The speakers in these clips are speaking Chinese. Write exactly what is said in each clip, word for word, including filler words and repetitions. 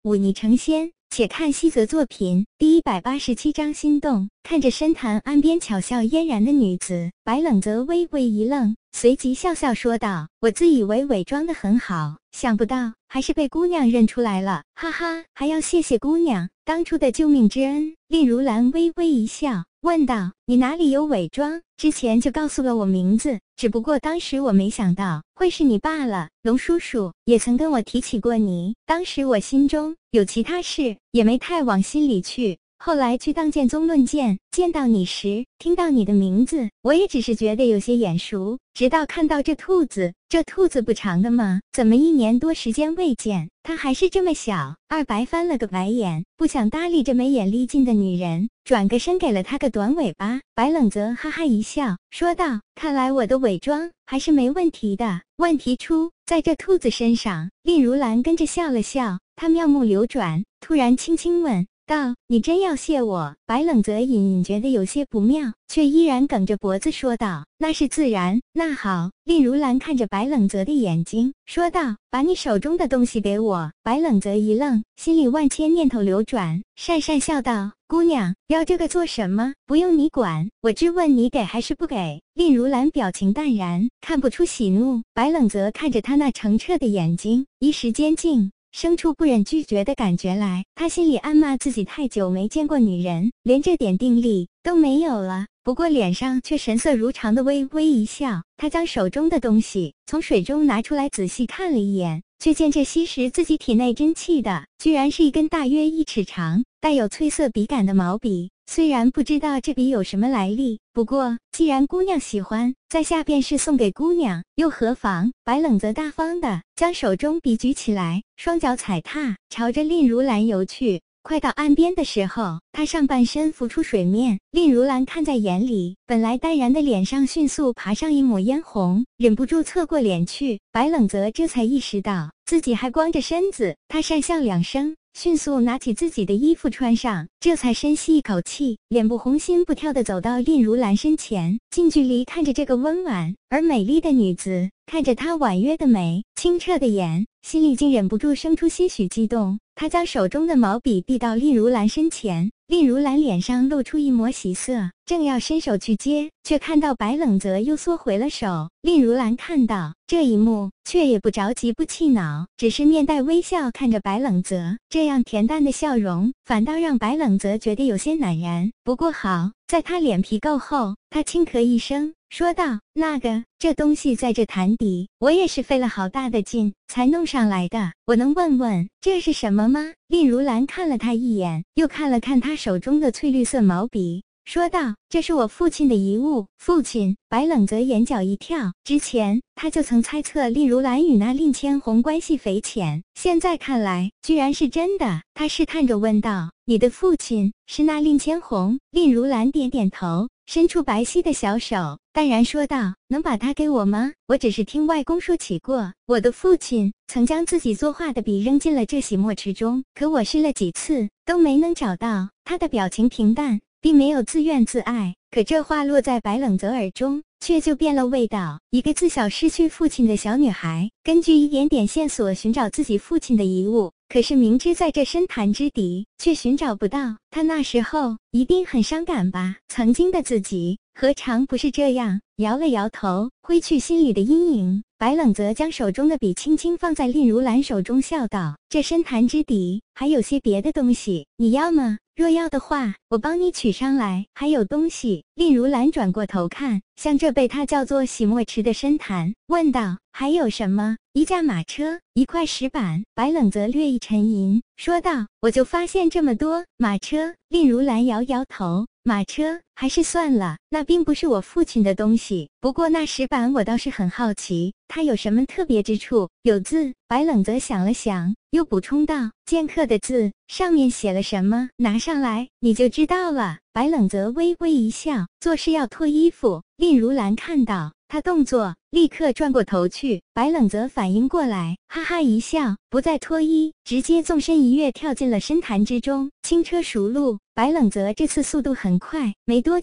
忤逆成仙。且看西泽作品第一百八十七章心动。看着深潭岸边巧笑嫣然的女子，白冷泽微微一愣，随即笑笑说道：“我自以为伪装得很好，想不到还是被姑娘认出来了，哈哈，还要谢谢姑娘当初的救命之恩。”令如兰微微一笑，问道：“你哪里有伪装？之前就告诉了我名字，只不过当时我没想到会是你罢了。龙叔叔也曾跟我提起过你，当时我心中有其他事，也没太往心里去。后来去当剑宗论剑，见到你时，听到你的名字，我也只是觉得有些眼熟，直到看到这兔子，这兔子不长的吗？怎么一年多时间未见，它还是这么小？”二白翻了个白眼，不想搭理这眉眼力尽的女人，转个身给了她个短尾巴。白冷泽哈哈一笑，说道：“看来我的伪装还是没问题的。问题出在这兔子身上。”令如兰跟着笑了笑，她妙目流转，突然轻轻问道：“你真要谢我？”白冷泽隐隐觉得有些不妙，却依然梗着脖子说道：“那是自然。”那好。令如兰看着白冷泽的眼睛，说道：“把你手中的东西给我。”白冷泽一愣，心里万千念头流转，讪讪笑道：“姑娘，要这个做什么？不用你管，我只问你给还是不给。”令如兰表情淡然，看不出喜怒。白冷泽看着她那澄澈的眼睛，一时间竟生出不忍拒绝的感觉来，他心里暗骂自己太久没见过女人，连这点定力都没有了。不过脸上却神色如常的微微一笑，他将手中的东西从水中拿出来仔细看了一眼，却见这吸食自己体内真气的，居然是一根大约一尺长、带有翠色笔杆的毛笔。虽然不知道这笔有什么来历，不过既然姑娘喜欢，在下便是送给姑娘，又何妨？白冷泽大方的将手中笔举起来，双脚踩踏，朝着令如兰游去。快到岸边的时候，他上半身浮出水面，令如兰看在眼里，本来淡然的脸上迅速爬上一抹嫣红，忍不住侧过脸去。白冷泽这才意识到自己还光着身子，他讪笑两声，迅速拿起自己的衣服穿上，这才深吸一口气，脸部红心不跳地走到令如兰身前，近距离看着这个温婉而美丽的女子，看着她婉约的眉，清澈的眼，心里竟忍不住生出些许激动。他将手中的毛笔递到令如兰身前，令如兰脸上露出一抹喜色，正要伸手去接，却看到白冷泽又缩回了手。令如兰看到这一幕，却也不着急不气恼，只是面带微笑看着白冷泽，这样恬淡的笑容反倒让白冷泽觉得有些赧然。不过好在他脸皮够厚，他轻咳一声说道：“那个，这东西在这潭底，我也是费了好大的劲才弄上来的，我能问问这是什么吗？”令如兰看了他一眼，又看了看他手中的翠绿色毛笔，说道：“这是我父亲的遗物。”父亲？白冷泽眼角一跳，之前他就曾猜测令如兰与那令千红关系匪浅，现在看来居然是真的。他试探着问道：“你的父亲是那令千红？”令如兰点点头，伸出白皙的小手，淡然说道：“能把它给我吗？我只是听外公说起过，我的父亲曾将自己作画的笔扔进了这洗墨池中，可我试了几次都没能找到。”他的表情平淡，并没有自怨自艾，可这话落在白冷泽耳中，却就变了味道。一个自小失去父亲的小女孩，根据一点点线索寻找自己父亲的遗物，可是明知在这深潭之底，却寻找不到。她那时候一定很伤感吧？曾经的自己何尝不是这样？摇了摇头，挥去心里的阴影。白冷泽将手中的笔轻轻放在令如兰手中，笑道：“这深潭之底还有些别的东西，你要吗？若要的话，我帮你取上来。”还有东西？令如兰转过头看向这被他叫做洗墨池的深潭，问道：“还有什么？”一架马车，一块石板。白冷泽略一沉吟，说道：“我就发现这么多。”马车？令如兰摇摇头，马车还是算了，那并不是我父亲的东西。不过那石板我倒是很好奇，它有什么特别之处？有字？白冷泽想了想，又补充道：“剑客的字，上面写了什么？拿上来，你就知道了。”白冷泽微微一笑，做事要脱衣服。令如兰看到他动作，立刻转过头去。白冷泽反应过来，哈哈一笑，不再脱衣，直接纵身一跃跳进了深潭之中，轻车熟路。白冷泽这次速度很快，没多久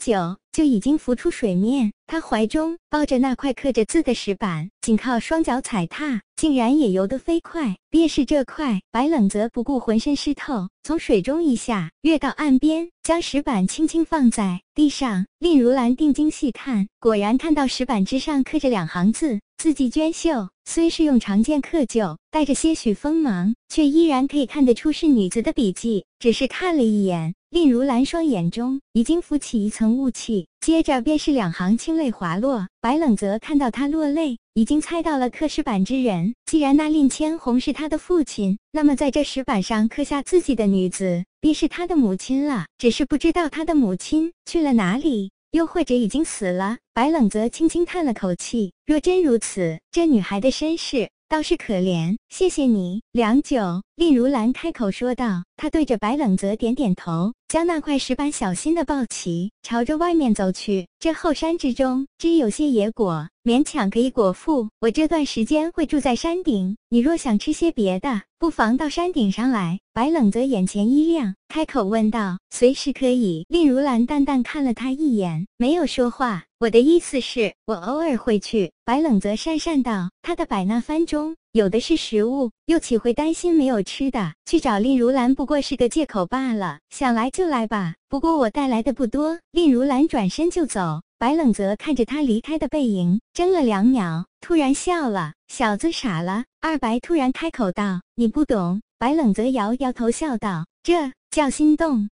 就已经浮出水面。他怀中抱着那块刻着字的石板，仅靠双脚踩踏，竟然也游得飞快。便是这快，白冷则不顾浑身湿透，从水中一下跃到岸边，将石板轻轻放在地上。令如兰定睛细看，果然看到石板之上刻着两行字，字迹娟秀，虽是用长剑刻就，带着些许锋芒，却依然可以看得出是女子的笔迹。只是看了一眼，令如兰双眼中已经浮起一层雾气，接着便是两行清泪滑落。白冷则看到她落泪，已经猜到了刻石板之人。既然那令千红是他的父亲，那么在这石板上刻下自己的女子便是他的母亲了，只是不知道他的母亲去了哪里，又或者已经死了。白冷则轻轻叹了口气，若真如此，这女孩的身世倒是可怜，谢谢你。良久，令如兰开口说道，她对着白冷则点点头，将那块石板小心地抱起，朝着外面走去。这后山之中只有些野果，勉强可以果腹。我这段时间会住在山顶，你若想吃些别的，不妨到山顶上来。白冷则眼前一亮，开口问道，随时可以。令如兰淡淡看了他一眼，没有说话。我的意思是，我偶尔会去。白冷则讪讪道，他的百纳番中有的是食物，又岂会担心没有吃的？去找令如兰不过是个借口罢了，想来就来吧，不过我带来的不多。令如兰转身就走，白冷则看着他离开的背影，怔了两秒，突然笑了，小子傻了。二白突然开口道，你不懂。白冷则摇摇头笑道，这叫心动。